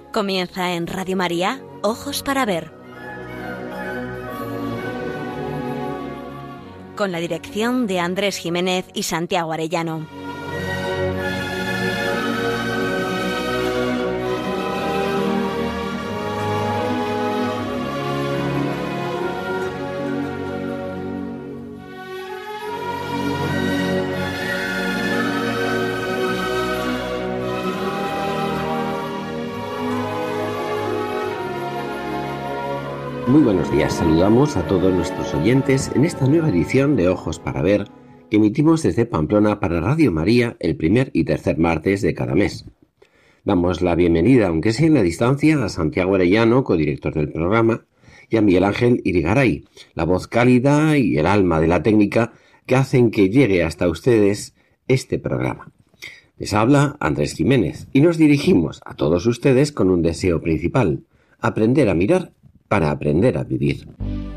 Comienza en Radio María, Ojos para Ver. Con la dirección de Andrés Jiménez y Santiago Arellano. Muy buenos días, saludamos a todos nuestros oyentes en esta nueva edición de Ojos para Ver que emitimos desde Pamplona para Radio María el primer y tercer martes de cada mes. Damos la bienvenida, aunque sea en la distancia, a Santiago Arellano, codirector del programa, y a Miguel Ángel Irigaray, la voz cálida y el alma de la técnica que hacen que llegue hasta ustedes este programa. Les habla Andrés Jiménez y nos dirigimos a todos ustedes con un deseo principal: aprender a mirar para aprender a vivir.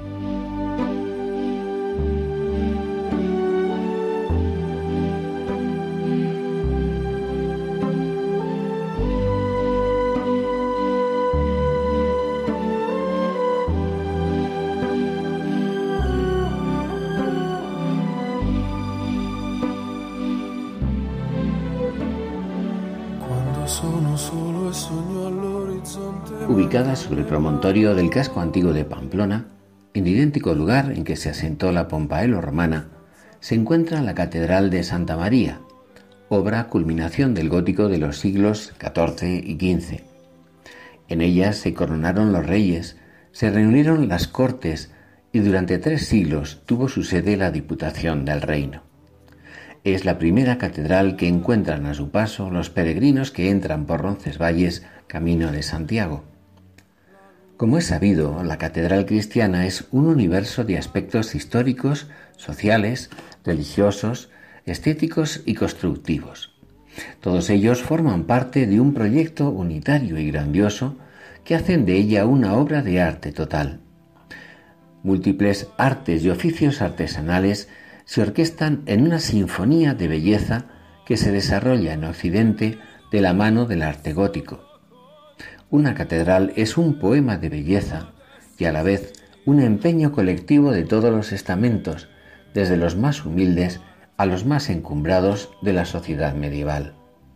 Ubicada sobre el promontorio del casco antiguo de Pamplona, en idéntico lugar en que se asentó la Pompaelo romana, se encuentra la Catedral de Santa María, obra culminación del gótico de los siglos XIV y XV. En ella se coronaron los reyes, se reunieron las cortes y durante 3 siglos tuvo su sede la Diputación del Reino. Es la primera catedral que encuentran a su paso los peregrinos que entran por Roncesvalles camino de Santiago. Como es sabido, la catedral cristiana es un universo de aspectos históricos, sociales, religiosos, estéticos y constructivos. Todos ellos forman parte de un proyecto unitario y grandioso que hacen de ella una obra de arte total. Múltiples artes y oficios artesanales se orquestan en una sinfonía de belleza que se desarrolla en Occidente de la mano del arte gótico. Una catedral es un poema de belleza y a la vez un empeño colectivo de todos los estamentos, desde los más humildes a los más encumbrados de la sociedad medieval.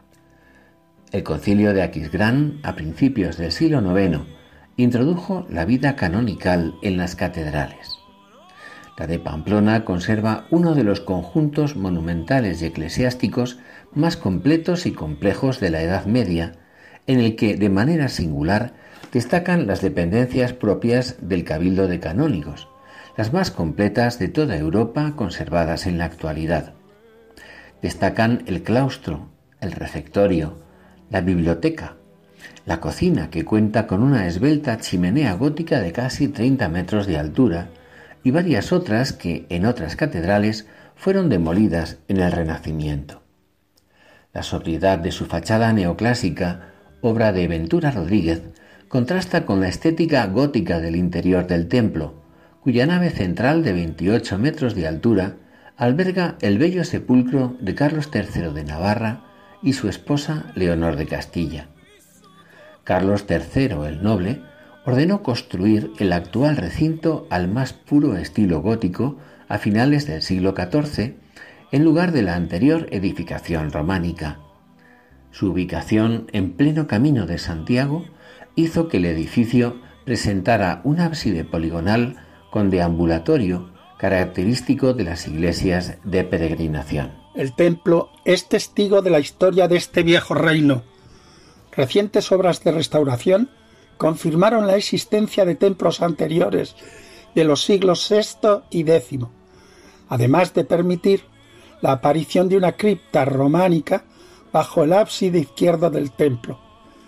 El Concilio de Aquisgrán, a principios del siglo IX, introdujo la vida canonical en las catedrales. La de Pamplona conserva uno de los conjuntos monumentales y eclesiásticos más completos y complejos de la Edad Media, en el que de manera singular destacan las dependencias propias del Cabildo de Canónigos, las más completas de toda Europa conservadas en la actualidad. Destacan el claustro, el refectorio, la biblioteca, la cocina, que cuenta con una esbelta chimenea gótica de casi 30 metros de altura, y varias otras que en otras catedrales fueron demolidas en el Renacimiento. La sobriedad de su fachada neoclásica, obra de Ventura Rodríguez, contrasta con la estética gótica del interior del templo, cuya nave central de 28 metros de altura alberga el bello sepulcro de Carlos III de Navarra y su esposa Leonor de Castilla. Carlos III el Noble ordenó construir el actual recinto al más puro estilo gótico a finales del siglo XIV, en lugar de la anterior edificación románica. Su ubicación en pleno camino de Santiago hizo que el edificio presentara un ábside poligonal con deambulatorio característico de las iglesias de peregrinación. El templo es testigo de la historia de este viejo reino. Recientes obras de restauración confirmaron la existencia de templos anteriores de los siglos VI y X, además de permitir la aparición de una cripta románica bajo el ábside izquierdo del templo.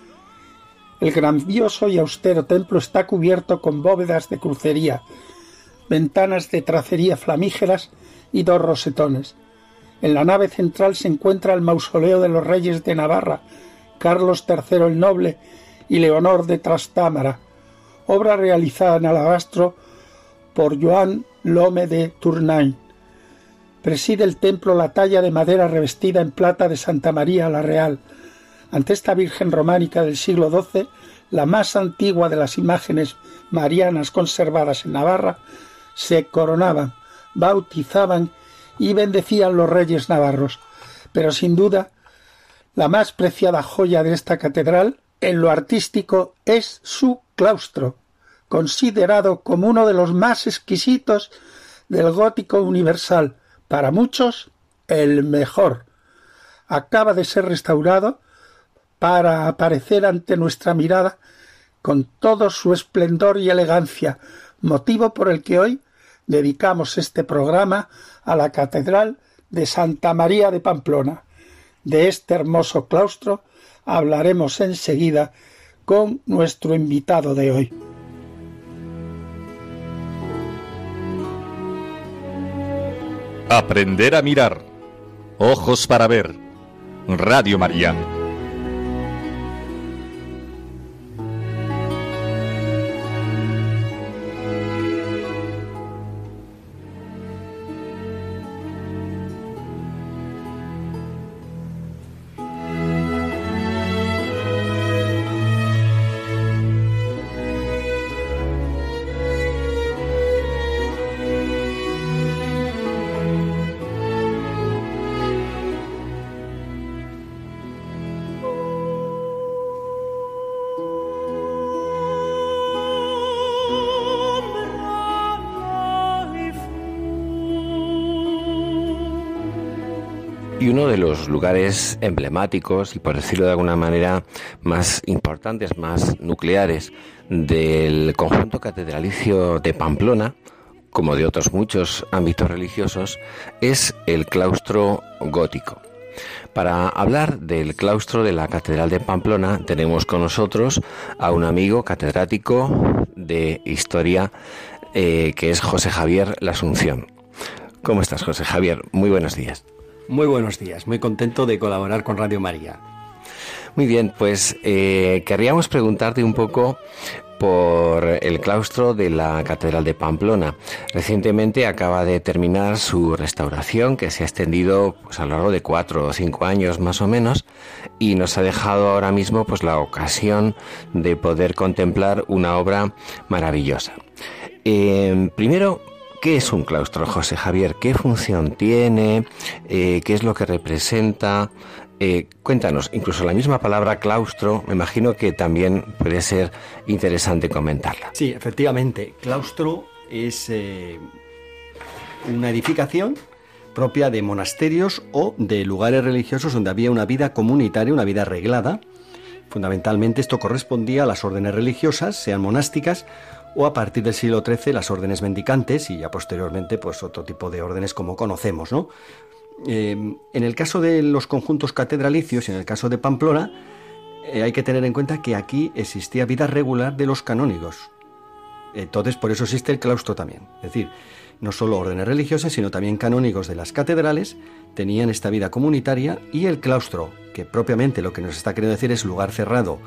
El grandioso y austero templo está cubierto con bóvedas de crucería, ventanas de tracería flamígeras y 2 rosetones. En la nave central se encuentra el mausoleo de los reyes de Navarra, Carlos III el Noble y Leonor de Trastámara, obra realizada en alabastro por Joan Lome de Tournai. Preside el templo la talla de madera revestida en plata de Santa María la Real, Ante esta Virgen románica del siglo XII, la más antigua de las imágenes marianas conservadas en Navarra, se coronaban, bautizaban y bendecían los reyes navarros. Pero sin duda, la más preciada joya de esta catedral, en lo artístico, es su claustro, considerado como uno de los más exquisitos del gótico universal, para muchos el mejor. Acaba de ser restaurado para aparecer ante nuestra mirada con todo su esplendor y elegancia, motivo por el que hoy dedicamos este programa a la Catedral de Santa María de Pamplona. De este hermoso claustro hablaremos enseguida con nuestro invitado de hoy. Aprender a mirar. Ojos para ver. Radio María. Y uno de los lugares emblemáticos y, por decirlo de alguna manera, más importantes, más nucleares del conjunto catedralicio de Pamplona, como de otros muchos ámbitos religiosos, es el claustro gótico. Para hablar del claustro de la Catedral de Pamplona tenemos con nosotros a un amigo catedrático de Historia que es José Javier Lasunción. ¿Cómo estás, José Javier? Muy buenos días. Muy buenos días, muy contento de colaborar con Radio María. Muy bien, pues querríamos preguntarte un poco por el claustro de la Catedral de Pamplona. Recientemente acaba de terminar su restauración, que se ha extendido pues, a lo largo de 4 o 5 años más o menos, y nos ha dejado ahora mismo pues la ocasión de poder contemplar una obra maravillosa. Primero, ¿qué es un claustro, José Javier? ¿Qué función tiene? ¿Qué es lo que representa? Cuéntanos, incluso la misma palabra claustro, me imagino que también puede ser interesante comentarla. Sí, efectivamente, claustro es una edificación propia de monasterios o de lugares religiosos donde había una vida comunitaria, una vida reglada. Fundamentalmente esto correspondía a las órdenes religiosas, sean monásticas, o a partir del siglo XIII las órdenes mendicantes y ya posteriormente pues otro tipo de órdenes como conocemos, ¿no? En el caso de los conjuntos catedralicios y en el caso de Pamplona hay que tener en cuenta que aquí existía vida regular de los canónigos. Entonces por eso existe el claustro también. Es decir, no solo órdenes religiosas sino también canónigos de las catedrales tenían esta vida comunitaria, y el claustro, que propiamente lo que nos está queriendo decir es lugar cerrado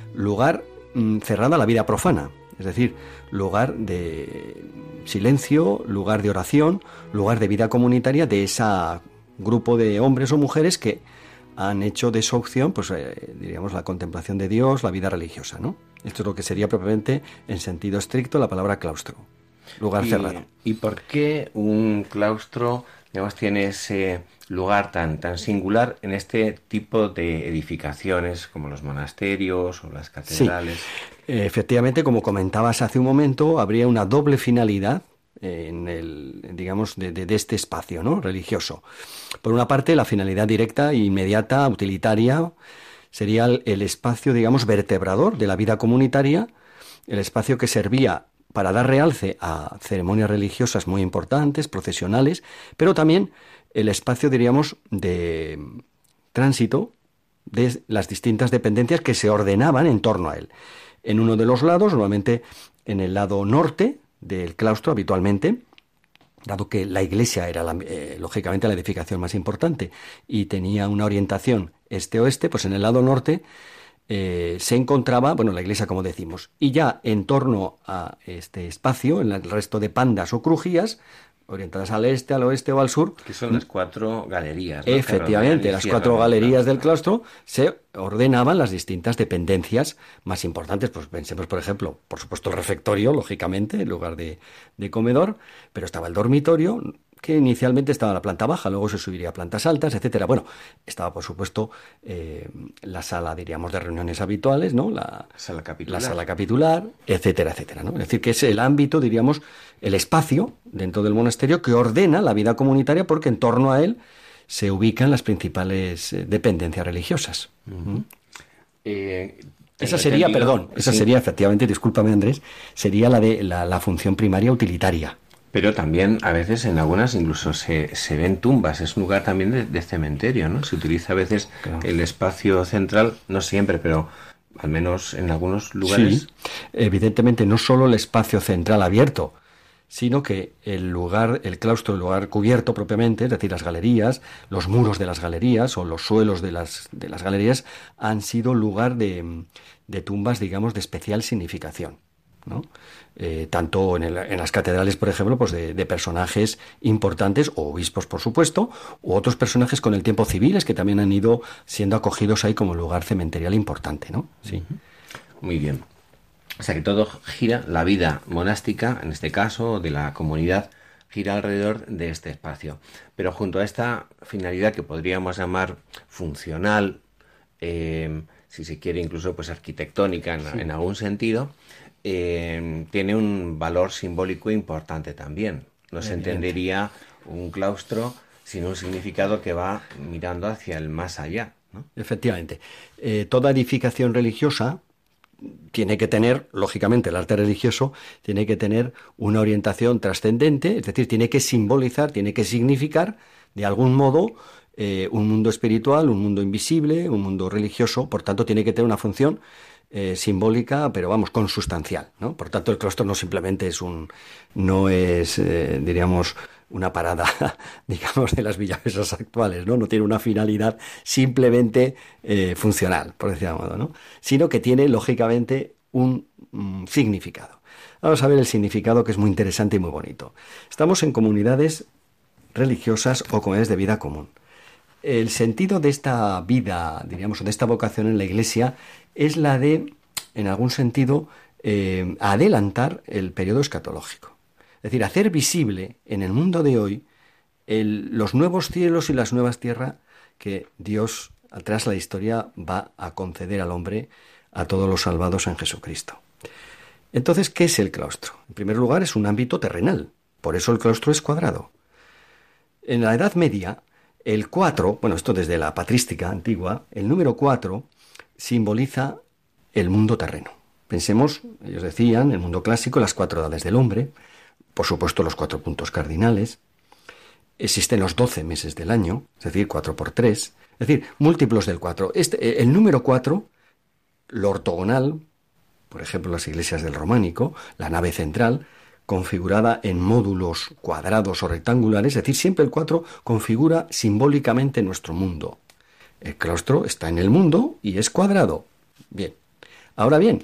a la vida profana. Es decir, lugar de silencio, lugar de oración, lugar de vida comunitaria de ese grupo de hombres o mujeres que han hecho de su opción, pues diríamos, la contemplación de Dios, la vida religiosa, ¿no? Esto es lo que sería propiamente, en sentido estricto, la palabra claustro, lugar cerrado. ¿Y por qué un claustro, digamos, tiene ese lugar tan singular en este tipo de edificaciones como los monasterios o las catedrales? Sí. Efectivamente, como comentabas hace un momento, habría una doble finalidad en de este espacio, ¿no?, religioso. Por una parte, la finalidad directa, inmediata, utilitaria, sería el espacio, digamos, vertebrador de la vida comunitaria, el espacio que servía para dar realce a ceremonias religiosas muy importantes, procesionales, pero también el espacio, diríamos, de tránsito de las distintas dependencias que se ordenaban en torno a él. En uno de los lados, normalmente en el lado norte del claustro habitualmente, dado que la iglesia era lógicamente la edificación más importante y tenía una orientación este-oeste, pues en el lado norte se encontraba, la iglesia, como decimos, y ya en torno a este espacio, en el resto de pandas o crujías, orientadas al este, al oeste o al sur. Que son las 4 galerías, ¿no? Efectivamente, las 4 galerías del claustro se ordenaban las distintas dependencias más importantes. Pues pensemos, por ejemplo, por supuesto el refectorio, lógicamente, en lugar de comedor, pero estaba el dormitorio, que inicialmente estaba en la planta baja, luego se subiría a plantas altas, etcétera. Bueno, estaba, por supuesto, la sala, diríamos, de reuniones habituales, ¿no? La sala capitular, etcétera, etcétera, ¿no? Es decir, que es el ámbito, diríamos, el espacio dentro del monasterio que ordena la vida comunitaria, porque en torno a él se ubican las principales dependencias religiosas. Uh-huh. Esa sería, esa sería, efectivamente, discúlpame, Andrés, sería la de la función primaria utilitaria. Pero también a veces en algunas incluso se ven tumbas, es un lugar también de cementerio, ¿no? Se utiliza a veces el espacio central, no siempre, pero al menos en algunos lugares. Sí, evidentemente no solo el espacio central abierto, sino que el claustro, el lugar cubierto propiamente, es decir, las galerías, los muros de las galerías o los suelos de las galerías han sido lugar de tumbas, digamos, de especial significación, ¿no? Tanto en las catedrales, por ejemplo, pues de personajes importantes, o obispos, por supuesto, u otros personajes con el tiempo civiles que también han ido siendo acogidos ahí como lugar cementerial importante, ¿no? Sí. Muy bien. O sea que todo gira, la vida monástica, en este caso, de la comunidad, gira alrededor de este espacio. Pero junto a esta finalidad que podríamos llamar funcional, si se quiere incluso pues arquitectónica en algún sentido, tiene un valor simbólico importante también. No se entendería un claustro sin un significado que va mirando hacia el más allá, ¿no? Efectivamente. Toda edificación religiosa tiene que tener, lógicamente, el arte religioso tiene que tener una orientación trascendente, es decir, tiene que simbolizar, tiene que significar, de algún modo, un mundo espiritual, un mundo invisible, un mundo religioso. Por tanto, tiene que tener una función simbólica, pero vamos, consustancial, ¿no? Por tanto, el claustro no simplemente diríamos, una parada, digamos, de las villavesas actuales, ¿no? No tiene una finalidad simplemente funcional, por decir de algún modo, ¿no? Sino que tiene, lógicamente, un significado. Vamos a ver el significado, que es muy interesante y muy bonito. Estamos en comunidades religiosas o comunidades de vida común. El sentido de esta vida, diríamos, de esta vocación en la Iglesia es la de, en algún sentido, adelantar el periodo escatológico. Es decir, hacer visible en el mundo de hoy los nuevos cielos y las nuevas tierras que Dios, tras la historia, va a conceder al hombre, a todos los salvados en Jesucristo. Entonces, ¿qué es el claustro? En primer lugar, es un ámbito terrenal. Por eso el claustro es cuadrado. En la Edad Media, el 4, bueno, esto desde la patrística antigua, el número 4 simboliza el mundo terreno. Pensemos, ellos decían, el mundo clásico, las 4 edades del hombre, por supuesto los 4 puntos cardinales, existen los 12 meses del año, es decir, 4 por 3, es decir, múltiplos del 4. El número 4, lo ortogonal, por ejemplo, las iglesias del románico, la nave central, configurada en módulos cuadrados o rectangulares, es decir, siempre el 4 configura simbólicamente nuestro mundo. El claustro está en el mundo y es cuadrado. Bien. Ahora bien,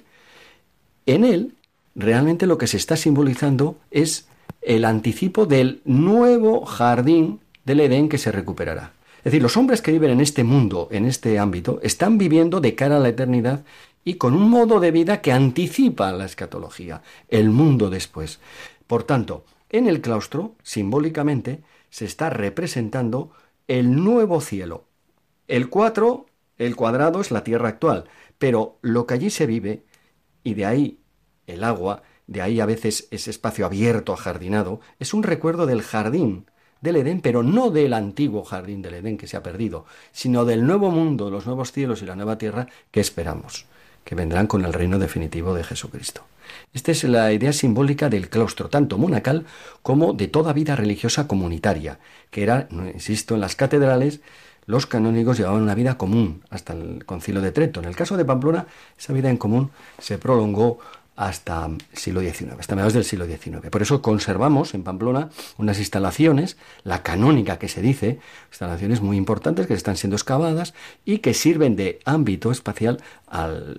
en él realmente lo que se está simbolizando es el anticipo del nuevo jardín del Edén que se recuperará. Es decir, los hombres que viven en este mundo, en este ámbito, están viviendo de cara a la eternidad y con un modo de vida que anticipa la escatología, el mundo después. Por tanto, en el claustro, simbólicamente, se está representando el nuevo cielo. El 4, el cuadrado, es la tierra actual, pero lo que allí se vive, y de ahí el agua, de ahí a veces ese espacio abierto, ajardinado, es un recuerdo del jardín del Edén, pero no del antiguo jardín del Edén que se ha perdido, sino del nuevo mundo, los nuevos cielos y la nueva tierra que esperamos, que vendrán con el reino definitivo de Jesucristo. Esta es la idea simbólica del claustro, tanto monacal como de toda vida religiosa comunitaria, que era, insisto, en las catedrales los canónigos llevaban una vida común hasta el Concilio de Trento. En el caso de Pamplona, esa vida en común se prolongó hasta el siglo XIX, hasta mediados del siglo XIX. Por eso conservamos en Pamplona unas instalaciones, la canónica que se dice, instalaciones muy importantes que están siendo excavadas y que sirven de ámbito espacial al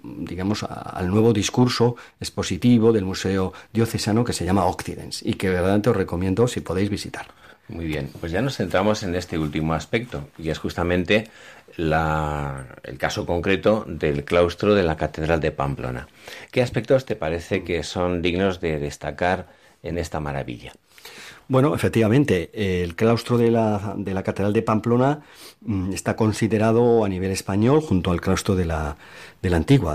nuevo discurso expositivo del Museo Diocesano que se llama Occidens y que verdaderamente os recomiendo si podéis visitar. Muy bien, pues ya nos centramos en este último aspecto, y es justamente el caso concreto del claustro de la Catedral de Pamplona. ¿Qué aspectos te parece que son dignos de destacar en esta maravilla? Bueno, efectivamente, el claustro de la Catedral de Pamplona está considerado a nivel español, junto al claustro de la antigua,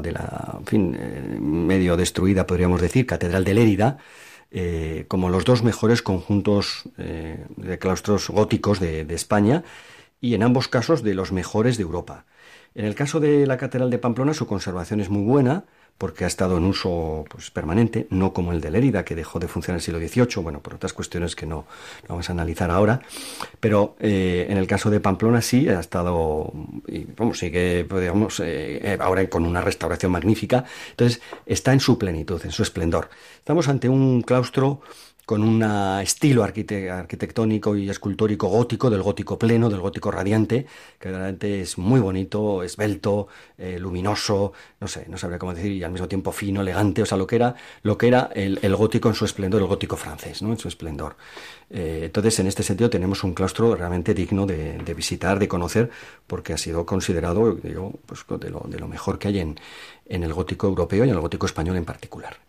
medio destruida, podríamos decir, Catedral de Lérida, como los dos mejores conjuntos de claustros góticos de España, y en ambos casos de los mejores de Europa. En el caso de la Catedral de Pamplona, su conservación es muy buena, porque ha estado en uso permanente, no como el de Lérida, que dejó de funcionar en el siglo XVIII, bueno, por otras cuestiones que no vamos a analizar ahora, pero en el caso de Pamplona sí ha estado, y sigue, digamos, ahora con una restauración magnífica. Entonces está en su plenitud, en su esplendor. Estamos ante un claustro con un estilo arquitectónico y escultórico gótico, del gótico pleno, del gótico radiante, que realmente es muy bonito, esbelto, luminoso, no sabría cómo decir, y al mismo tiempo fino, elegante, o sea, lo que era el gótico en su esplendor, el gótico francés, ¿no? En su esplendor. Entonces, en este sentido, tenemos un claustro realmente digno de visitar, de conocer, porque ha sido considerado, digo, pues, de lo mejor que hay en el gótico europeo y en el gótico español en particular.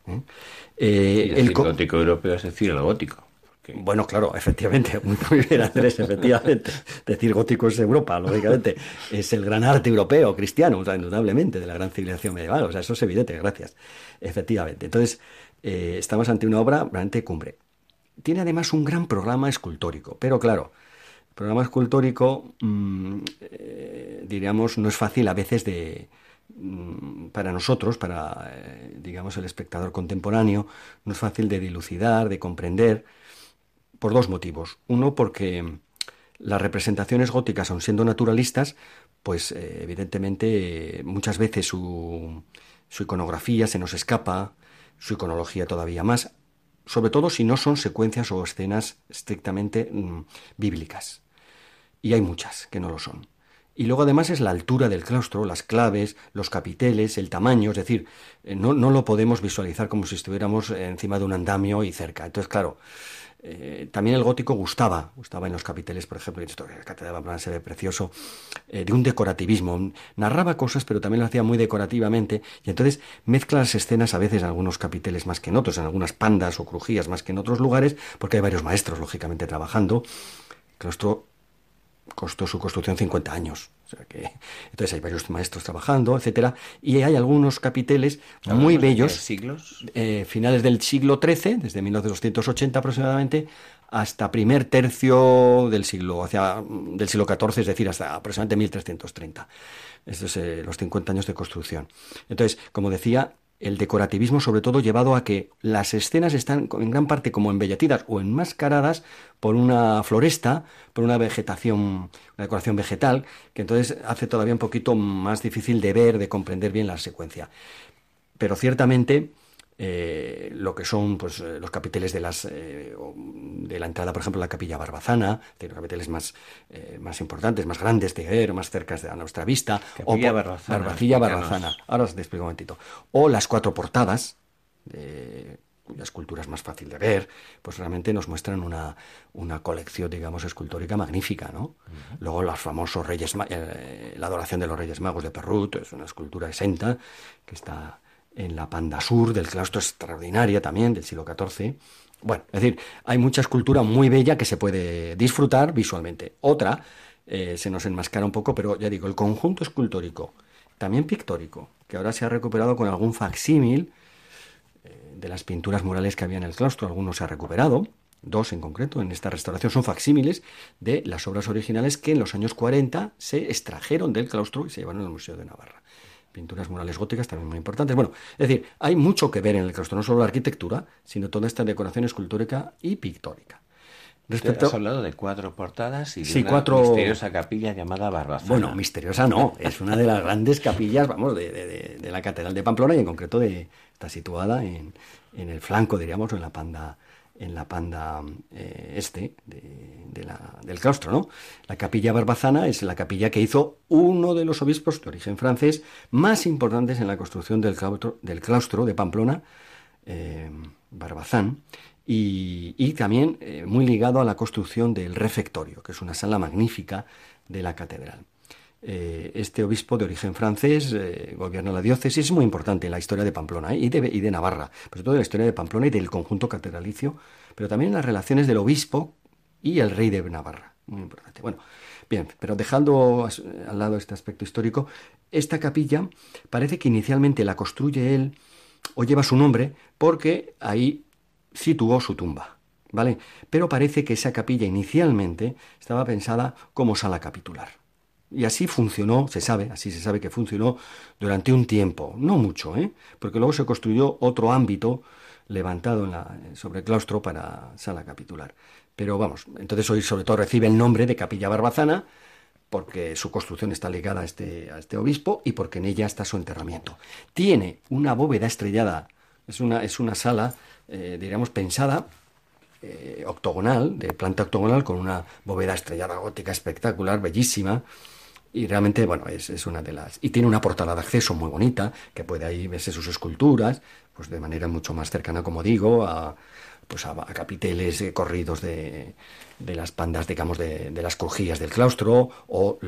El gótico europeo es decir, el gótico. Porque... Bueno, claro, efectivamente, muy bien, Andrés, efectivamente. Decir gótico es Europa, lógicamente. Es el gran arte europeo, cristiano, o sea, indudablemente, de la gran civilización medieval. O sea, eso es evidente, gracias. Efectivamente. Entonces, estamos ante una obra realmente cumbre. Tiene además un gran programa escultórico, pero claro, el programa escultórico, diríamos, no es fácil a veces para nosotros, digamos, el espectador contemporáneo, no es fácil de dilucidar, de comprender, por dos motivos. Uno, porque las representaciones góticas, aun siendo naturalistas, pues evidentemente muchas veces su iconografía se nos escapa, su iconología todavía más, sobre todo si no son secuencias o escenas estrictamente bíblicas. Y hay muchas que no lo son. Y luego además es la altura del claustro, las claves, los capiteles, el tamaño, es decir, no lo podemos visualizar como si estuviéramos encima de un andamio y cerca. Entonces, claro, también el gótico gustaba en los capiteles, por ejemplo, y esto, la Catedral de Pamplona se ve precioso, de un decorativismo. Narraba cosas, pero también lo hacía muy decorativamente, y entonces mezcla las escenas a veces en algunos capiteles más que en otros, en algunas pandas o crujías más que en otros lugares, porque hay varios maestros, lógicamente, trabajando. El claustro costó su construcción 50 años. O sea que, entonces hay varios maestros trabajando, etcétera, y hay algunos capiteles muy bellos. ¿Siglos? Finales del siglo XIII, desde 1280 aproximadamente, hasta primer tercio del siglo XIV, es decir, hasta aproximadamente 1330. Estos son los 50 años de construcción. Entonces, como decía, el decorativismo sobre todo llevado a que las escenas están en gran parte como embellecidas o enmascaradas por una floresta, por una vegetación, una decoración vegetal, que entonces hace todavía un poquito más difícil de ver, de comprender bien la secuencia. Pero ciertamente lo que son pues los capiteles de la entrada, por ejemplo, la Capilla Barbazana, de los capiteles más importantes, más grandes de ver, más cerca de nuestra vista, Capilla Barbazana. Capilla Barbazana. Ahora os explico un momentito. O las cuatro portadas, cuya escultura es más fácil de ver, pues realmente nos muestran una colección, digamos, escultórica magnífica, ¿no? Uh-huh. Luego los famosos la adoración de los Reyes Magos de Perrut, es una escultura exenta que está en la panda sur del claustro, extraordinaria también, del siglo XIV. Bueno, es decir, hay mucha escultura muy bella que se puede disfrutar visualmente. Otra se nos enmascara un poco, pero ya digo, el conjunto escultórico, también pictórico, que ahora se ha recuperado con algún facsímil de las pinturas murales que había en el claustro. Algunos se ha recuperado, dos en concreto, en esta restauración son facsímiles de las obras originales que en los años 40 se extrajeron del claustro y se llevaron al Museo de Navarra. Pinturas murales góticas también muy importantes. Bueno, es decir, hay mucho que ver en el claustro, no solo la arquitectura, sino toda esta decoración escultórica y pictórica. Has hablado de 4 portadas y de Sí, una 4... misteriosa capilla llamada Barbazana. Bueno, misteriosa no, es una de las grandes capillas, vamos, de la Catedral de Pamplona, y en concreto está situada en el flanco, diríamos, en la panda del claustro, ¿no? La capilla Barbazana es la capilla que hizo uno de los obispos de origen francés más importantes en la construcción del claustro de Pamplona, Barbazán, y también muy ligado a la construcción del refectorio, que es una sala magnífica de la catedral. Este obispo de origen francés gobierna la diócesis, es muy importante en la historia de Pamplona y de Navarra, sobre todo en la historia de Pamplona y del conjunto catedralicio, pero también en las relaciones del obispo y el rey de Navarra, muy importante. Bueno, bien, pero dejando al lado este aspecto histórico, esta capilla parece que inicialmente la construye él, o lleva su nombre, porque ahí situó su tumba, ¿vale? Pero parece que esa capilla inicialmente estaba pensada como sala capitular. Y así funcionó, se sabe que funcionó durante un tiempo, no mucho, porque luego se construyó otro ámbito levantado sobre el claustro para sala capitular. Pero vamos, entonces hoy sobre todo recibe el nombre de Capilla Barbazana, porque su construcción está ligada a este obispo y porque en ella está su enterramiento. Tiene una bóveda estrellada, es una sala, diríamos, pensada, octogonal, de planta octogonal, con una bóveda estrellada gótica espectacular, bellísima, y realmente, bueno, es una de las... Y tiene una portada de acceso muy bonita, que puede ahí verse sus esculturas, pues de manera mucho más cercana, como digo, a capiteles corridos de las pandas, digamos, de las crujías del claustro, o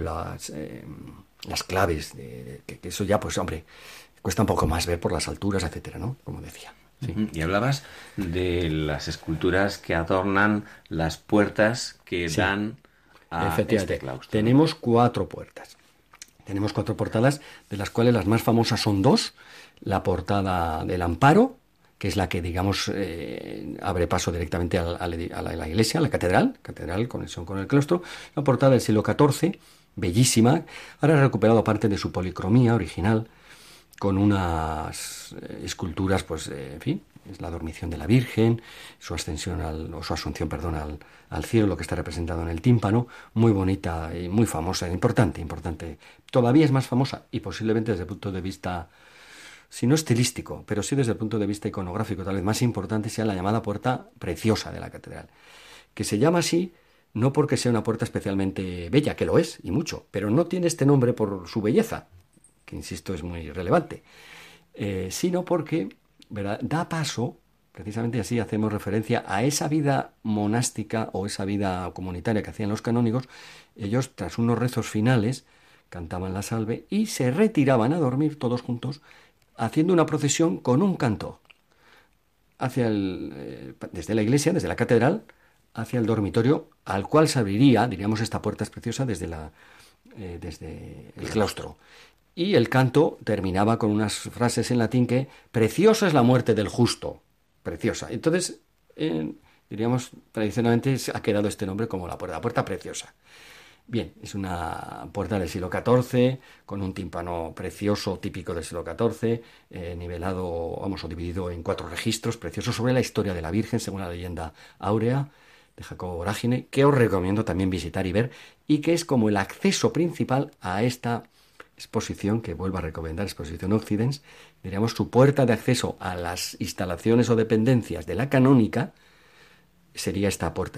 las claves, que eso ya, pues, hombre, cuesta un poco más ver por las alturas, etcétera, ¿no? Como decía. Sí. Y hablabas de las esculturas que adornan las puertas que dan a este claustro. Tenemos 4 puertas. Tenemos 4 portadas, de las cuales las más famosas son 2. La portada del Amparo, que es la que, digamos, abre paso directamente a la iglesia, a la catedral, conexión con el claustro. La portada del siglo XIV, bellísima. Ahora ha recuperado parte de su policromía original, con unas esculturas, pues, en fin, es la dormición de la Virgen, su asunción al cielo, lo que está representado en el tímpano, muy bonita y muy famosa, importante. Todavía es más famosa y posiblemente desde el punto de vista, si no estilístico, pero sí desde el punto de vista iconográfico, tal vez más importante sea la llamada puerta preciosa de la catedral, que se llama así no porque sea una puerta especialmente bella, que lo es, y mucho, pero no tiene este nombre por su belleza, que insisto es muy relevante, sino porque, ¿verdad?, da paso, precisamente así hacemos referencia a esa vida monástica o esa vida comunitaria que hacían los canónigos. Ellos, tras unos rezos finales, cantaban la salve y se retiraban a dormir todos juntos, haciendo una procesión con un canto desde la iglesia, desde la catedral, hacia el dormitorio, al cual se abriría, diríamos, esta puerta es preciosa desde el claustro. Y el canto terminaba con unas frases en latín que preciosa es la muerte del justo, preciosa. Entonces, diríamos, tradicionalmente ha quedado este nombre como la puerta preciosa. Bien, es una puerta del siglo XIV, con un tímpano precioso, típico del siglo XIV, nivelado, o dividido en 4 registros, preciosos, sobre la historia de la Virgen, según la leyenda áurea de Jacobo Vorágine, que os recomiendo también visitar y ver, y que es como el acceso principal a esta exposición, que vuelvo a recomendar, Exposición Occidens, diríamos, su puerta de acceso a las instalaciones o dependencias de la canónica, sería esta puerta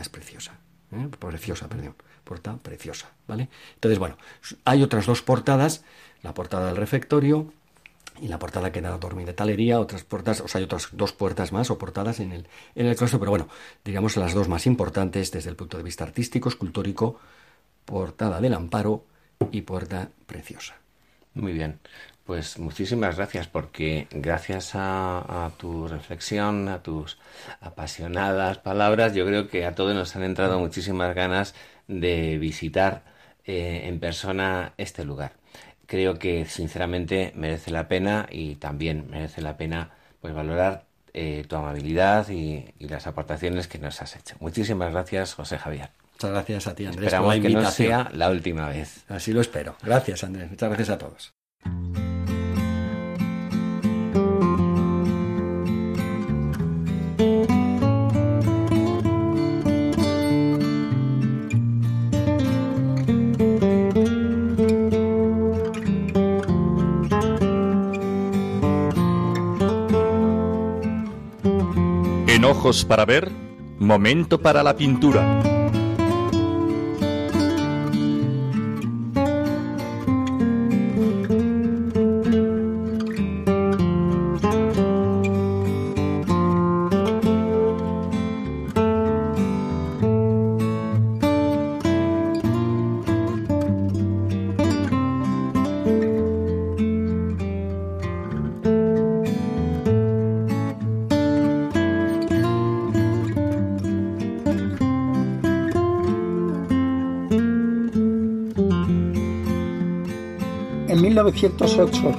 puerta preciosa, ¿vale? Entonces, bueno, hay otras 2 portadas, la portada del refectorio y la portada que da dormitalería, otras puertas, hay otras 2 puertas más o portadas en el claustro, pero bueno, digamos las 2 más importantes desde el punto de vista artístico, escultórico, portada del Amparo y puerta preciosa. Muy bien, pues muchísimas gracias, porque gracias a tu reflexión, a tus apasionadas palabras, yo creo que a todos nos han entrado muchísimas ganas de visitar en persona este lugar. Creo que sinceramente merece la pena, y también merece la pena, pues, valorar tu amabilidad y las aportaciones que nos has hecho. Muchísimas gracias, José Javier. Muchas gracias a ti, Andrés. Esperamos que no sea la última vez. Así lo espero. Gracias, Andrés. Muchas gracias a todos. En Ojos para Ver, momento para la pintura. En 1908,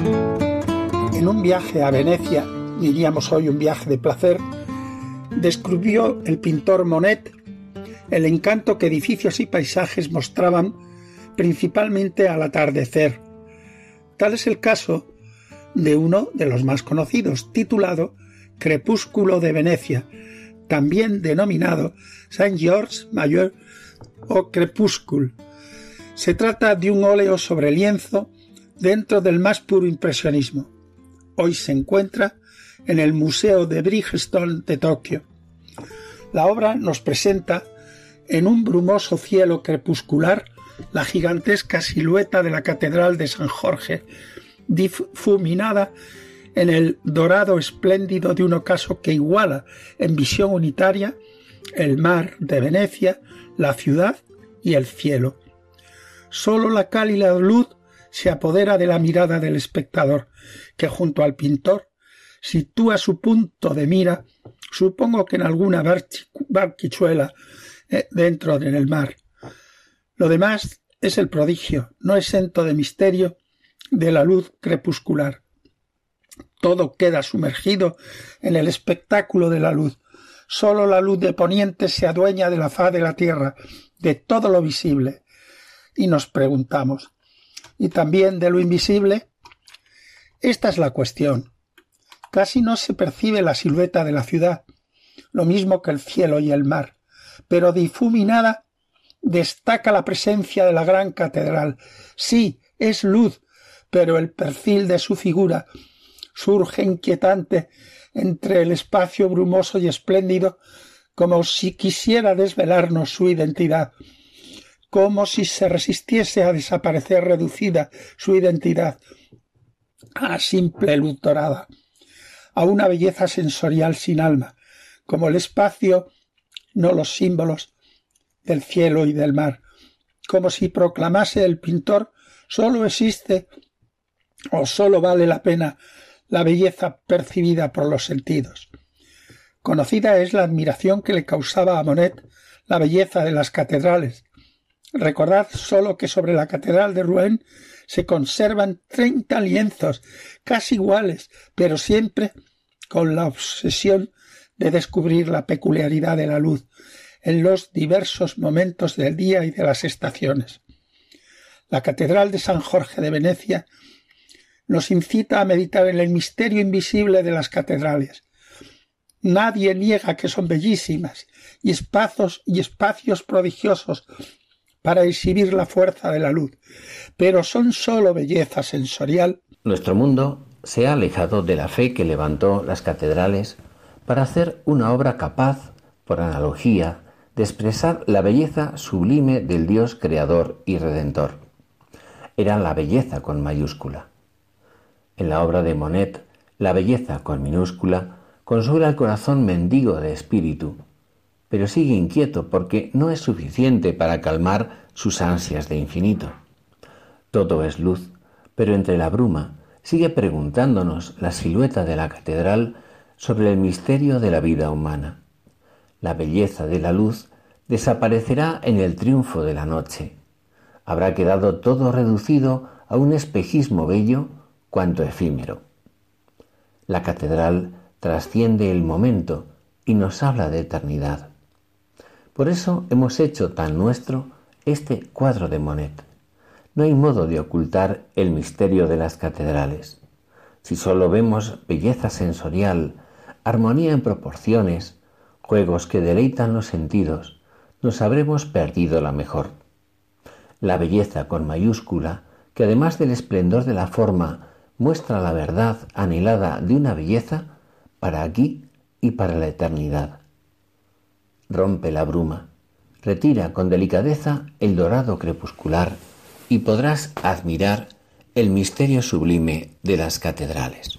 en un viaje a Venecia, diríamos hoy un viaje de placer, descubrió el pintor Monet el encanto que edificios y paisajes mostraban principalmente al atardecer. Tal es el caso de uno de los más conocidos, titulado Crepúsculo de Venecia, también denominado Saint-Georges Majeur o Crepúsculo. Se trata de un óleo sobre lienzo dentro del más puro impresionismo. Hoy se encuentra en el Museo de Bridgestone de Tokio. La obra nos presenta, en un brumoso cielo crepuscular, la gigantesca silueta de la Catedral de San Jorge, difuminada en el dorado espléndido de un ocaso que iguala en visión unitaria el mar de Venecia, la ciudad y el cielo. Solo la cálida luz se apodera de la mirada del espectador, que junto al pintor sitúa su punto de mira, supongo que en alguna barquichuela dentro del mar. Lo demás es el prodigio, no exento de misterio, de la luz crepuscular. Todo queda sumergido en el espectáculo de la luz. Solo la luz de poniente se adueña de la faz de la tierra, de todo lo visible. Y nos preguntamos, ¿y también de lo invisible? Esta es la cuestión. Casi no se percibe la silueta de la ciudad, lo mismo que el cielo y el mar, pero difuminada destaca la presencia de la gran catedral. Sí, es luz, pero el perfil de su figura surge inquietante entre el espacio brumoso y espléndido, como si quisiera desvelarnos su identidad, como si se resistiese a desaparecer reducida su identidad a simple luz dorada, a una belleza sensorial sin alma, como el espacio, no los símbolos del cielo y del mar, como si proclamase el pintor: solo existe o solo vale la pena la belleza percibida por los sentidos. Conocida es la admiración que le causaba a Monet la belleza de las catedrales. Recordad solo que sobre la catedral de Rouen se conservan 30 lienzos, casi iguales, pero siempre con la obsesión de descubrir la peculiaridad de la luz en los diversos momentos del día y de las estaciones. La Catedral de San Jorge de Venecia nos incita a meditar en el misterio invisible de las catedrales. Nadie niega que son bellísimas y espacios prodigiosos para exhibir la fuerza de la luz, pero son sólo belleza sensorial. Nuestro mundo se ha alejado de la fe que levantó las catedrales para hacer una obra capaz, por analogía, de expresar la belleza sublime del Dios creador y redentor. Era la belleza con mayúscula. En la obra de Monet, la belleza con minúscula consuela el corazón mendigo de espíritu, pero sigue inquieto porque no es suficiente para calmar sus ansias de infinito. Todo es luz, pero entre la bruma sigue preguntándonos la silueta de la catedral sobre el misterio de la vida humana. La belleza de la luz desaparecerá en el triunfo de la noche. Habrá quedado todo reducido a un espejismo bello cuanto efímero. La catedral trasciende el momento y nos habla de eternidad. Por eso hemos hecho tan nuestro este cuadro de Monet. No hay modo de ocultar el misterio de las catedrales. Si solo vemos belleza sensorial, armonía en proporciones, juegos que deleitan los sentidos, nos habremos perdido la mejor. La belleza con mayúscula, que además del esplendor de la forma, muestra la verdad anhelada de una belleza, para aquí y para la eternidad. Rompe la bruma, retira con delicadeza el dorado crepuscular y podrás admirar el misterio sublime de las catedrales.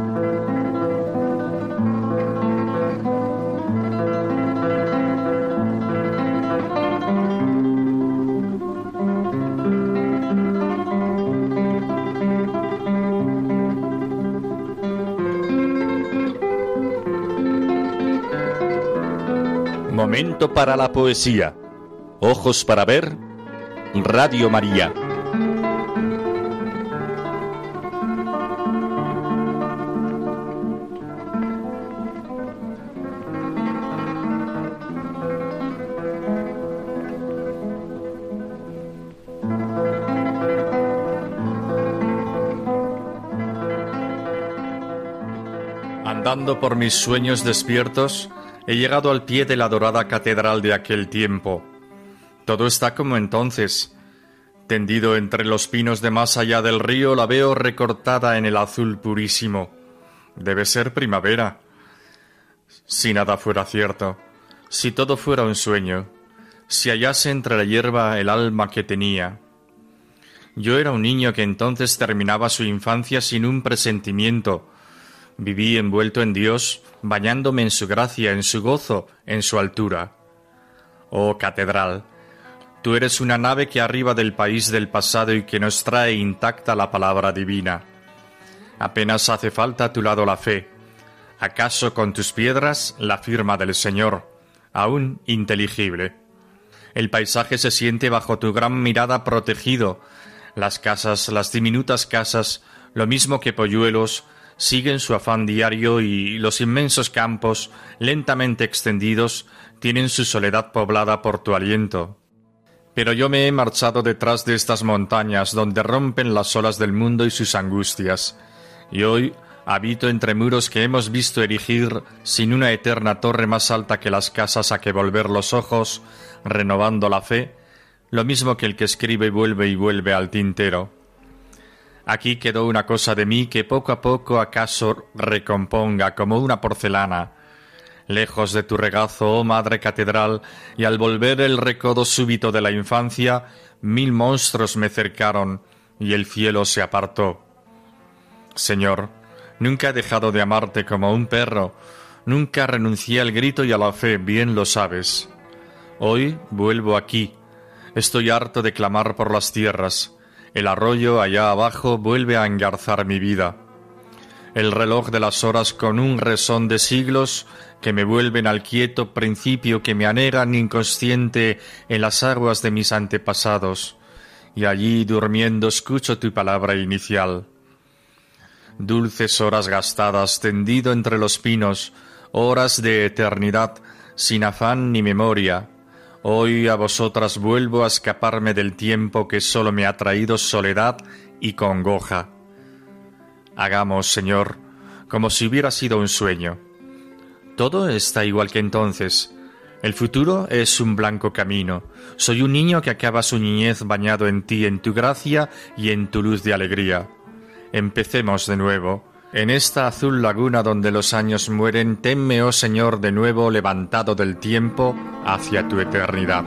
Momento para la poesía. Ojos para ver. Radio María. Andando por mis sueños despiertos, he llegado al pie de la dorada catedral de aquel tiempo. Todo está como entonces. Tendido entre los pinos de más allá del río, la veo recortada en el azul purísimo. Debe ser primavera. Si nada fuera cierto, si todo fuera un sueño, si hallase entre la hierba el alma que tenía. Yo era un niño que entonces terminaba su infancia sin un presentimiento. Viví envuelto en Dios, bañándome en su gracia, en su gozo, en su altura. Oh catedral, tú eres una nave que arriba del país del pasado y que nos trae intacta la palabra divina. Apenas hace falta a tu lado la fe. ¿Acaso con tus piedras la firma del Señor, aún inteligible? El paisaje se siente bajo tu gran mirada protegido. Las casas, las diminutas casas, lo mismo que polluelos, siguen su afán diario y los inmensos campos, lentamente extendidos, tienen su soledad poblada por tu aliento. Pero yo me he marchado detrás de estas montañas donde rompen las olas del mundo y sus angustias, y hoy habito entre muros que hemos visto erigir sin una eterna torre más alta que las casas a que volver los ojos, renovando la fe, lo mismo que el que escribe y vuelve al tintero. Aquí quedó una cosa de mí que poco a poco acaso recomponga como una porcelana. Lejos de tu regazo, oh madre catedral, y al volver el recodo súbito de la infancia, 1000 monstruos me cercaron, y el cielo se apartó. Señor, nunca he dejado de amarte como un perro, nunca renuncié al grito y a la fe, bien lo sabes. Hoy vuelvo aquí, estoy harto de clamar por las tierras. El arroyo allá abajo vuelve a engarzar mi vida. El reloj de las horas con un resón de siglos que me vuelven al quieto principio que me anegan inconsciente en las aguas de mis antepasados, y allí durmiendo escucho tu palabra inicial. Dulces horas gastadas tendido entre los pinos, horas de eternidad sin afán ni memoria. Hoy a vosotras vuelvo a escaparme del tiempo que sólo me ha traído soledad y congoja. Hagamos, Señor, como si hubiera sido un sueño. Todo está igual que entonces. El futuro es un blanco camino. Soy un niño que acaba su niñez bañado en ti, en tu gracia y en tu luz de alegría. Empecemos de nuevo. En esta azul laguna donde los años mueren, tenme, oh Señor, de nuevo levantado del tiempo hacia tu eternidad.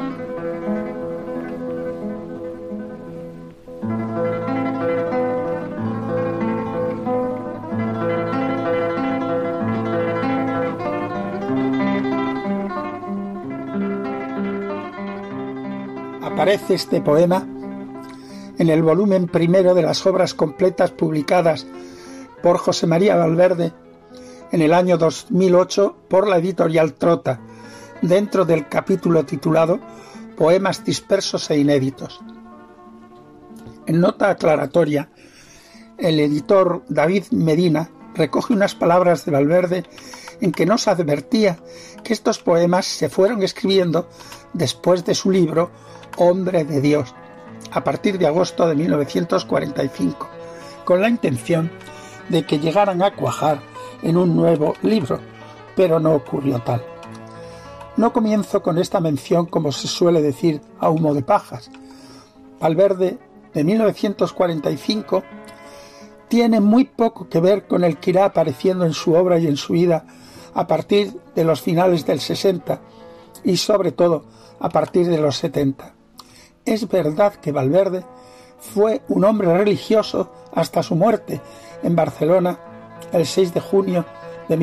Aparece este poema en el volumen primero de las obras completas publicadas por José María Valverde en el año 2008 por la editorial Trota, dentro del capítulo titulado Poemas dispersos e inéditos. En nota aclaratoria, el editor David Medina recoge unas palabras de Valverde en que nos advertía que estos poemas se fueron escribiendo después de su libro Hombre de Dios, a partir de agosto de 1945, con la intención de que llegaran a cuajar en un nuevo libro, pero no ocurrió tal. No comienzo con esta mención, como se suele decir, a humo de pajas. Valverde, de 1945, tiene muy poco que ver con el que irá apareciendo en su obra y en su vida a partir de los finales del 60 y sobre todo a partir de los 70. Es verdad que Valverde fue un hombre religioso hasta su muerte en Barcelona el 6 de junio de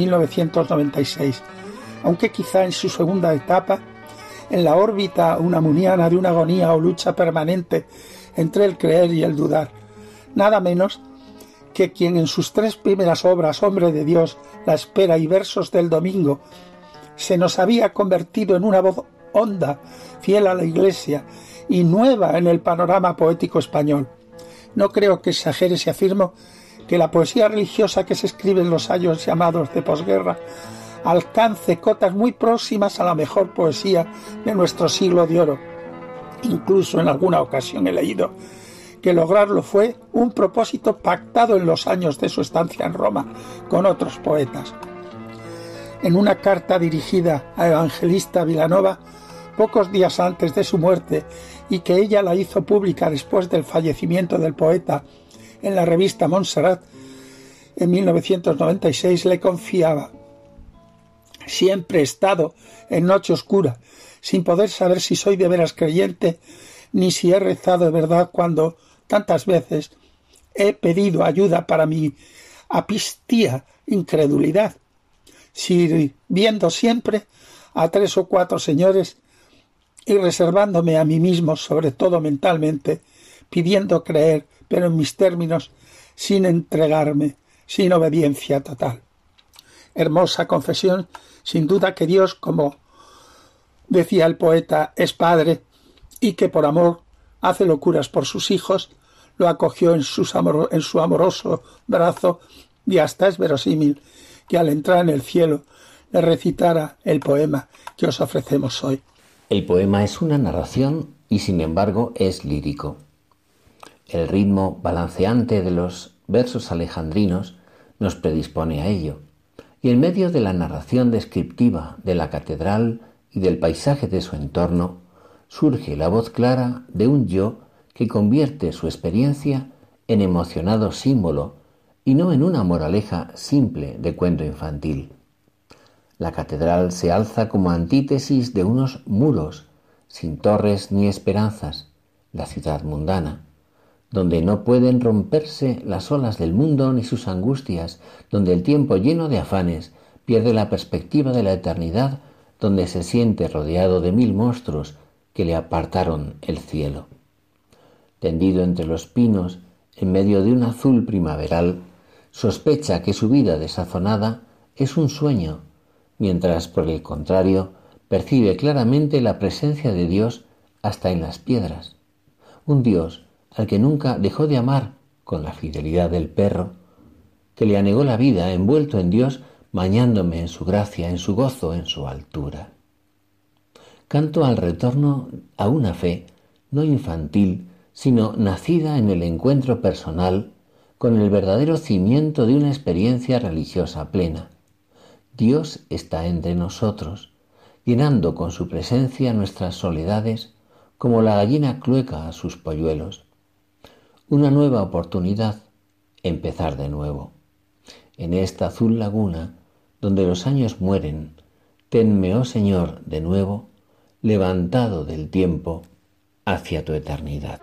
1996, aunque quizá en su segunda etapa, en la órbita unamuniana de una agonía o lucha permanente entre el creer y el dudar, nada menos que quien en sus 3 primeras obras, Hombre de Dios, La Espera y Versos del Domingo, se nos había convertido en una voz honda, fiel a la Iglesia y nueva en el panorama poético español. No creo que exagere si afirmo que la poesía religiosa que se escribe en los años llamados de posguerra alcance cotas muy próximas a la mejor poesía de nuestro siglo de oro. Incluso en alguna ocasión he leído que lograrlo fue un propósito pactado en los años de su estancia en Roma con otros poetas. En una carta dirigida a Evangelista Vilanova, pocos días antes de su muerte, y que ella la hizo pública después del fallecimiento del poeta en la revista Montserrat, en 1996, le confiaba: siempre he estado en noche oscura, sin poder saber si soy de veras creyente, ni si he rezado de verdad cuando tantas veces he pedido ayuda para mi apistía incredulidad, sirviendo siempre a 3 o 4 señores y reservándome a mí mismo, sobre todo mentalmente, pidiendo creer, pero en mis términos, sin entregarme, sin obediencia total. Hermosa confesión, sin duda que Dios, como decía el poeta, es Padre y que por amor hace locuras por sus hijos, lo acogió en su amoroso brazo, y hasta es verosímil que al entrar en el cielo le recitara el poema que os ofrecemos hoy. El poema es una narración y sin embargo es lírico. El ritmo balanceante de los versos alejandrinos nos predispone a ello, y en medio de la narración descriptiva de la catedral y del paisaje de su entorno, surge la voz clara de un yo que convierte su experiencia en emocionado símbolo y no en una moraleja simple de cuento infantil. La catedral se alza como antítesis de unos muros, sin torres ni esperanzas, la ciudad mundana, donde no pueden romperse las olas del mundo ni sus angustias, donde el tiempo lleno de afanes pierde la perspectiva de la eternidad, donde se siente rodeado de 1000 monstruos que le apartaron el cielo. Tendido entre los pinos, en medio de un azul primaveral, sospecha que su vida desazonada es un sueño, mientras por el contrario percibe claramente la presencia de Dios hasta en las piedras, un Dios al que nunca dejó de amar con la fidelidad del perro, que le anegó la vida envuelto en Dios, bañándome en su gracia, en su gozo, en su altura. Canto al retorno a una fe no infantil, sino nacida en el encuentro personal con el verdadero cimiento de una experiencia religiosa plena. Dios está entre nosotros, llenando con su presencia nuestras soledades como la gallina clueca a sus polluelos. Una nueva oportunidad, empezar de nuevo. En esta azul laguna, donde los años mueren, tenme, oh Señor, de nuevo, levantado del tiempo hacia tu eternidad.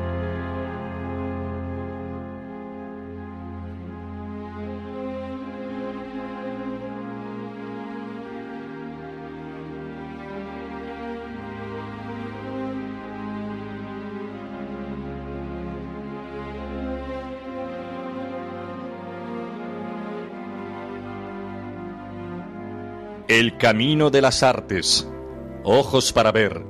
El camino de las artes. Ojos para ver.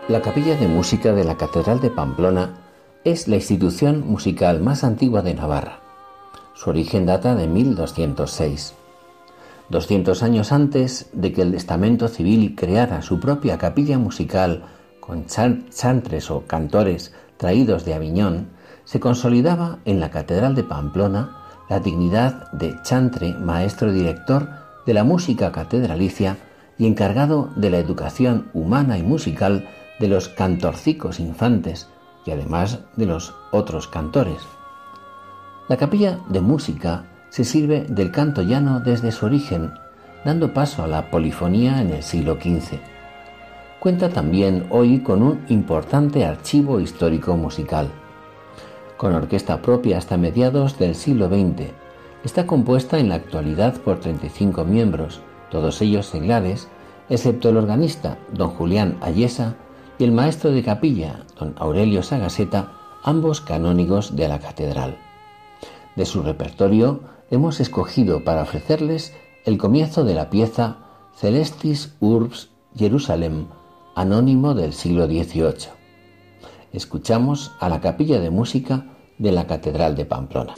La Capilla de Música de la Catedral de Pamplona es la institución musical más antigua de Navarra. Su origen data de 1206. 200 años antes de que el estamento civil creara su propia capilla musical con chantres o cantores traídos de Aviñón, se consolidaba en la Catedral de Pamplona la dignidad de chantre, maestro director de la música catedralicia y encargado de la educación humana y musical de los cantorcicos infantes y además de los otros cantores. La capilla de música se sirve del canto llano desde su origen, dando paso a la polifonía en el siglo XV. Cuenta también hoy con un importante archivo histórico musical. Con orquesta propia hasta mediados del siglo XX, está compuesta en la actualidad por 35 miembros, todos ellos seglares, excepto el organista, don Julián Ayesa, y el maestro de capilla, don Aurelio Sagaseta, ambos canónigos de la catedral. De su repertorio hemos escogido para ofrecerles el comienzo de la pieza Celestis Urbs Jerusalem, anónimo del siglo XVIII. Escuchamos a la Capilla de Música de la Catedral de Pamplona.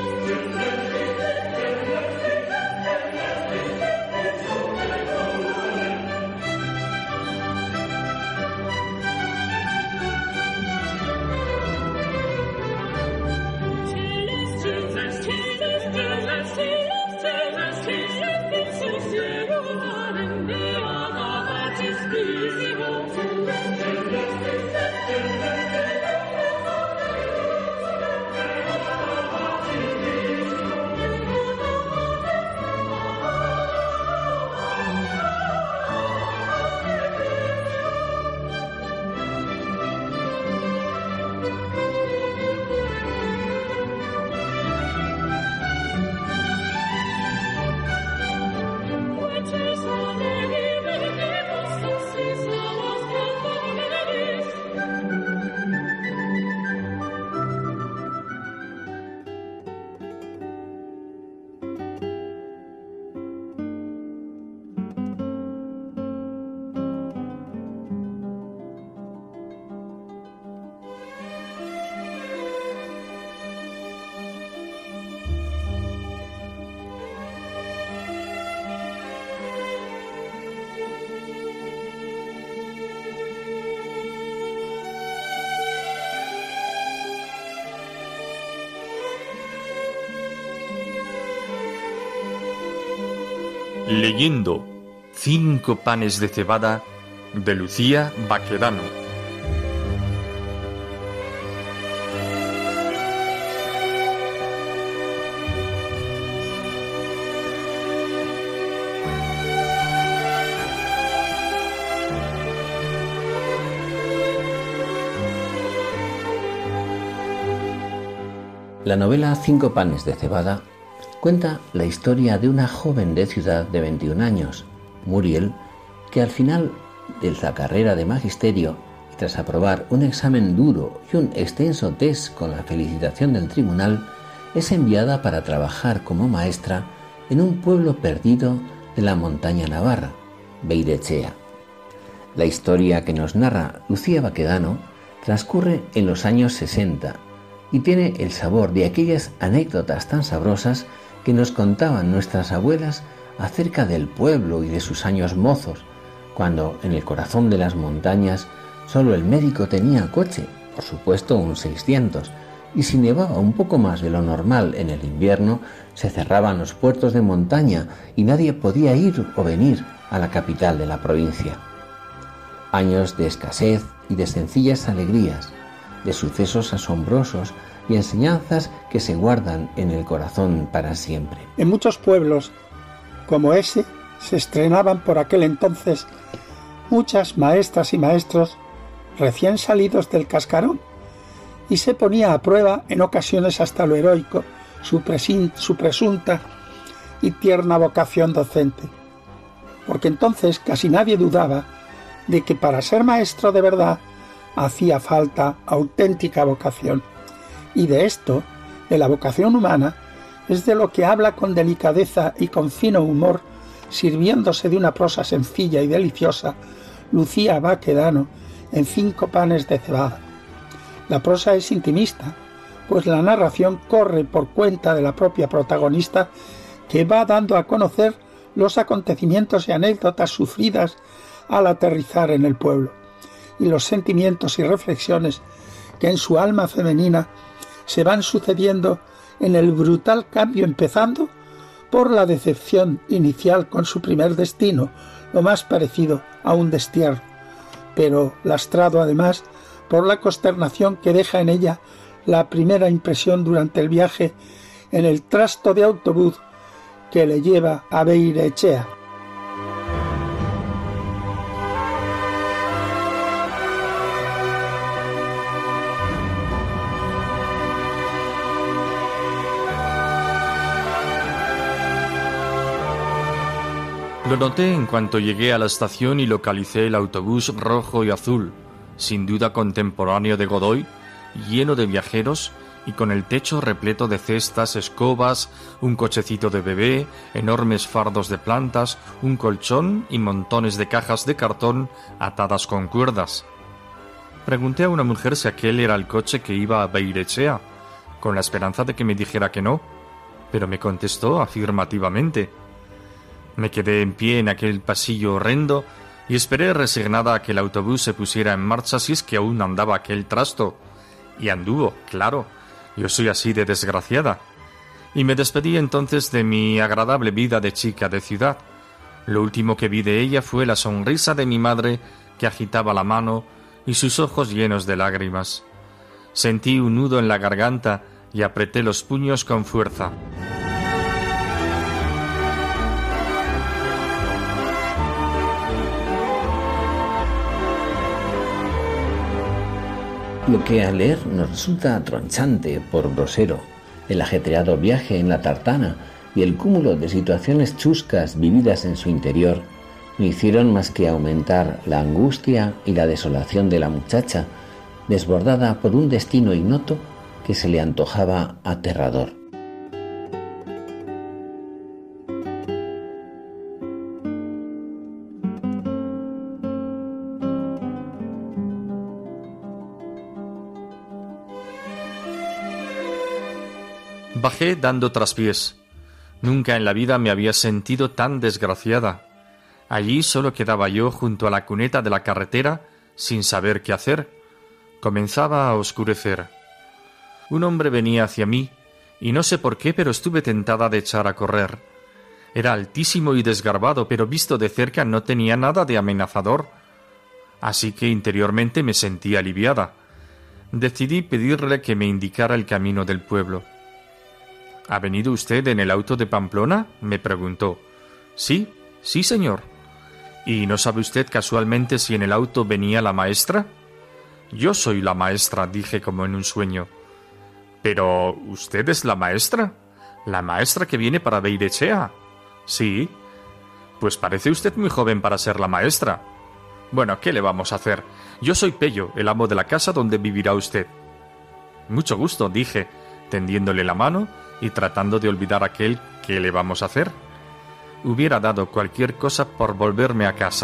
Leyendo 5 panes de cebada de Lucía Baquedano. La novela 5 panes de cebada cuenta la historia de una joven de ciudad de 21 años, Muriel, que al final de la carrera de magisterio y tras aprobar un examen duro y un extenso test con la felicitación del tribunal, es enviada para trabajar como maestra en un pueblo perdido de la montaña navarra, Beirechea. La historia que nos narra Lucía Baquedano transcurre en los años 60 y tiene el sabor de aquellas anécdotas tan sabrosas que nos contaban nuestras abuelas acerca del pueblo y de sus años mozos, cuando en el corazón de las montañas solo el médico tenía coche, por supuesto un 600, y si nevaba un poco más de lo normal en el invierno, se cerraban los puertos de montaña y nadie podía ir o venir a la capital de la provincia. Años de escasez y de sencillas alegrías, de sucesos asombrosos y enseñanzas que se guardan en el corazón para siempre. En muchos pueblos, como ese, se estrenaban por aquel entonces muchas maestras y maestros recién salidos del cascarón, y se ponía a prueba en ocasiones hasta lo heroico su presunta y tierna vocación docente, porque entonces casi nadie dudaba de que para ser maestro de verdad hacía falta auténtica vocación. Y de esto, de la vocación humana, es de lo que habla con delicadeza y con fino humor, sirviéndose de una prosa sencilla y deliciosa, Lucía Baquedano, en 5 panes de cebada. La prosa es intimista, pues la narración corre por cuenta de la propia protagonista, que va dando a conocer los acontecimientos y anécdotas sufridas al aterrizar en el pueblo, y los sentimientos y reflexiones que en su alma femenina se van sucediendo en el brutal cambio, empezando por la decepción inicial con su primer destino, lo más parecido a un destierro, pero lastrado además por la consternación que deja en ella la primera impresión durante el viaje en el trasto de autobús que le lleva a Beire Etxea. Lo noté en cuanto llegué a la estación y localicé el autobús rojo y azul, sin duda contemporáneo de Godoy, lleno de viajeros y con el techo repleto de cestas, escobas, un cochecito de bebé, enormes fardos de plantas, un colchón y montones de cajas de cartón atadas con cuerdas. Pregunté a una mujer si aquel era el coche que iba a Beire Etxea, con la esperanza de que me dijera que no, pero me contestó afirmativamente. Me quedé en pie en aquel pasillo horrendo y esperé resignada a que el autobús se pusiera en marcha si es que aún andaba aquel trasto. Y anduvo, claro, yo soy así de desgraciada. Y me despedí entonces de mi agradable vida de chica de ciudad. Lo último que vi de ella fue la sonrisa de mi madre, que agitaba la mano, y sus ojos llenos de lágrimas. Sentí un nudo en la garganta y apreté los puños con fuerza. Lo que al leer nos resulta tronchante por grosero, el ajetreado viaje en la tartana y el cúmulo de situaciones chuscas vividas en su interior, no hicieron más que aumentar la angustia y la desolación de la muchacha, desbordada por un destino ignoto que se le antojaba aterrador. Bajé dando traspiés. Nunca en la vida me había sentido tan desgraciada. Allí solo quedaba yo junto a la cuneta de la carretera, sin saber qué hacer. Comenzaba a oscurecer. Un hombre venía hacia mí, y no sé por qué, pero estuve tentada de echar a correr. Era altísimo y desgarbado, pero visto de cerca no tenía nada de amenazador. Así que interiormente me sentí aliviada. Decidí pedirle que me indicara el camino del pueblo. ¿Ha venido usted en el auto de Pamplona?, me preguntó. Sí, señor. ¿Y no sabe usted casualmente si en el auto venía la maestra? Yo soy la maestra, dije como en un sueño. ¿Pero usted es la maestra? ¿La maestra que viene para Beire Etxea? Sí. Pues parece usted muy joven para ser la maestra. Bueno, ¿qué le vamos a hacer? Yo soy Pello, el amo de la casa donde vivirá usted. Mucho gusto, dije, tendiéndole la mano y tratando de olvidar aquel ¿qué le vamos a hacer? Hubiera dado cualquier cosa por volverme a casa.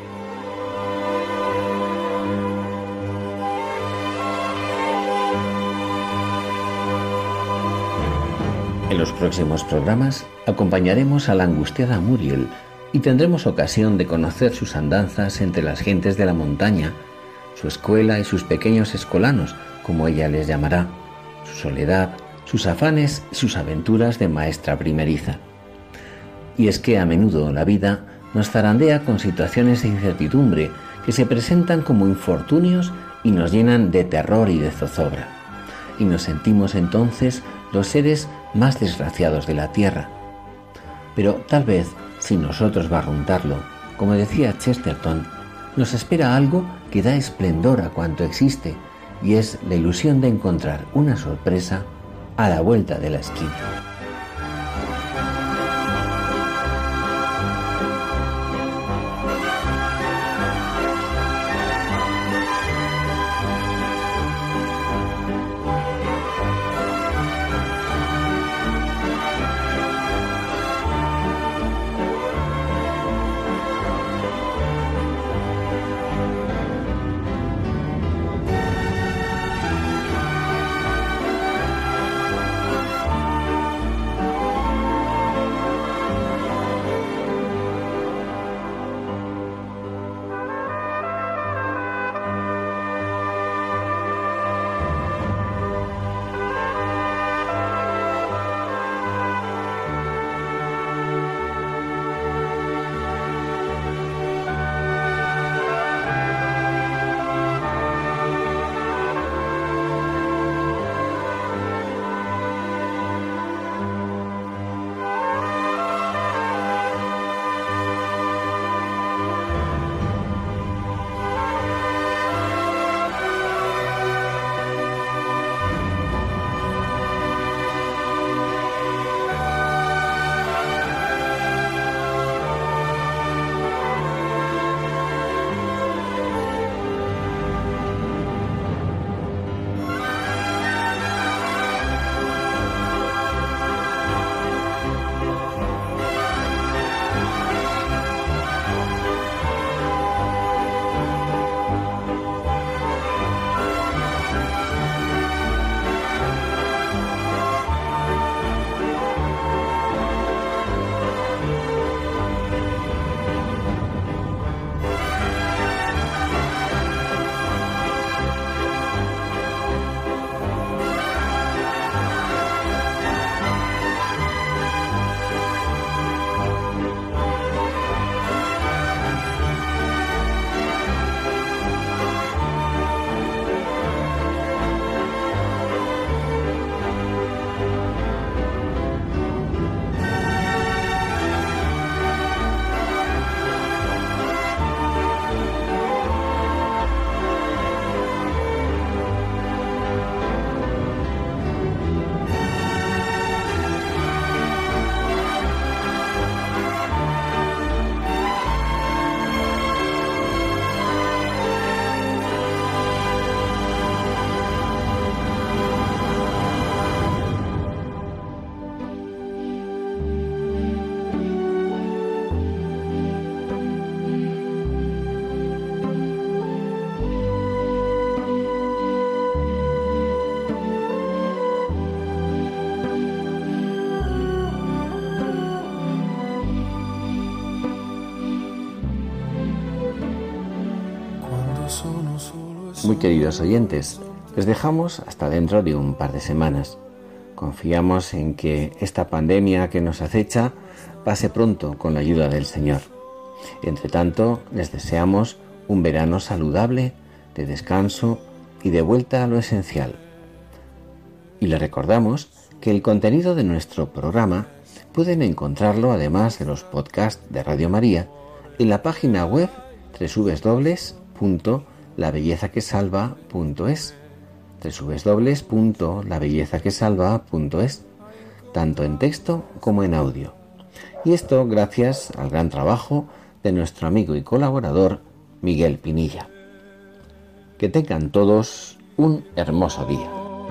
En los próximos programas acompañaremos a la angustiada Muriel y tendremos ocasión de conocer sus andanzas entre las gentes de la montaña, su escuela y sus pequeños escolanos, como ella les llamará, su soledad, sus afanes y sus aventuras de maestra primeriza. Y es que a menudo la vida nos zarandea con situaciones de incertidumbre que se presentan como infortunios y nos llenan de terror y de zozobra. Y nos sentimos entonces los seres más desgraciados de la tierra. Pero tal vez, sin nosotros barruntarlo, como decía Chesterton, nos espera algo que da esplendor a cuanto existe, y es la ilusión de encontrar una sorpresa a la vuelta de la esquina. Muy queridos oyentes, les dejamos hasta dentro de un par de semanas. Confiamos en que esta pandemia que nos acecha pase pronto con la ayuda del Señor. Entre tanto, les deseamos un verano saludable, de descanso y de vuelta a lo esencial. Y les recordamos que el contenido de nuestro programa pueden encontrarlo, además de los podcasts de Radio María, en la página web www.labellezaquesalva.es, www.labellezaquesalva.es, tanto en texto como en audio. Y esto gracias al gran trabajo de nuestro amigo y colaborador Miguel Pinilla. Que tengan todos un hermoso día.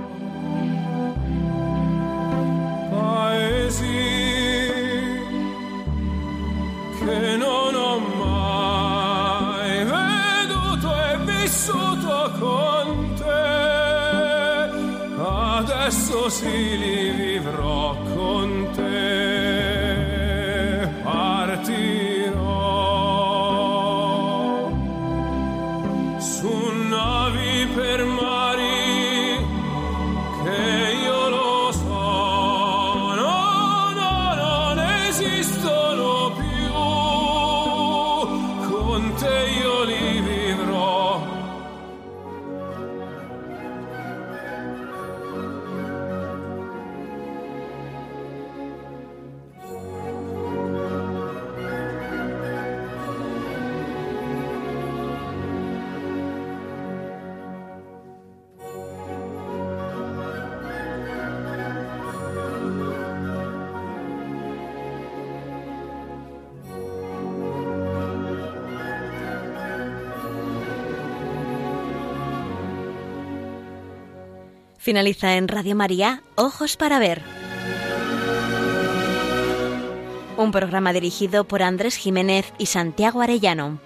Che non ho mai veduto e vissuto con te, adesso sì li vivrò con te, partirò su navi per mari che io lo so, no, non esistono più. Con te io li vivrò. Finaliza en Radio María, Ojos para Ver. Un programa dirigido por Andrés Jiménez y Santiago Arellano.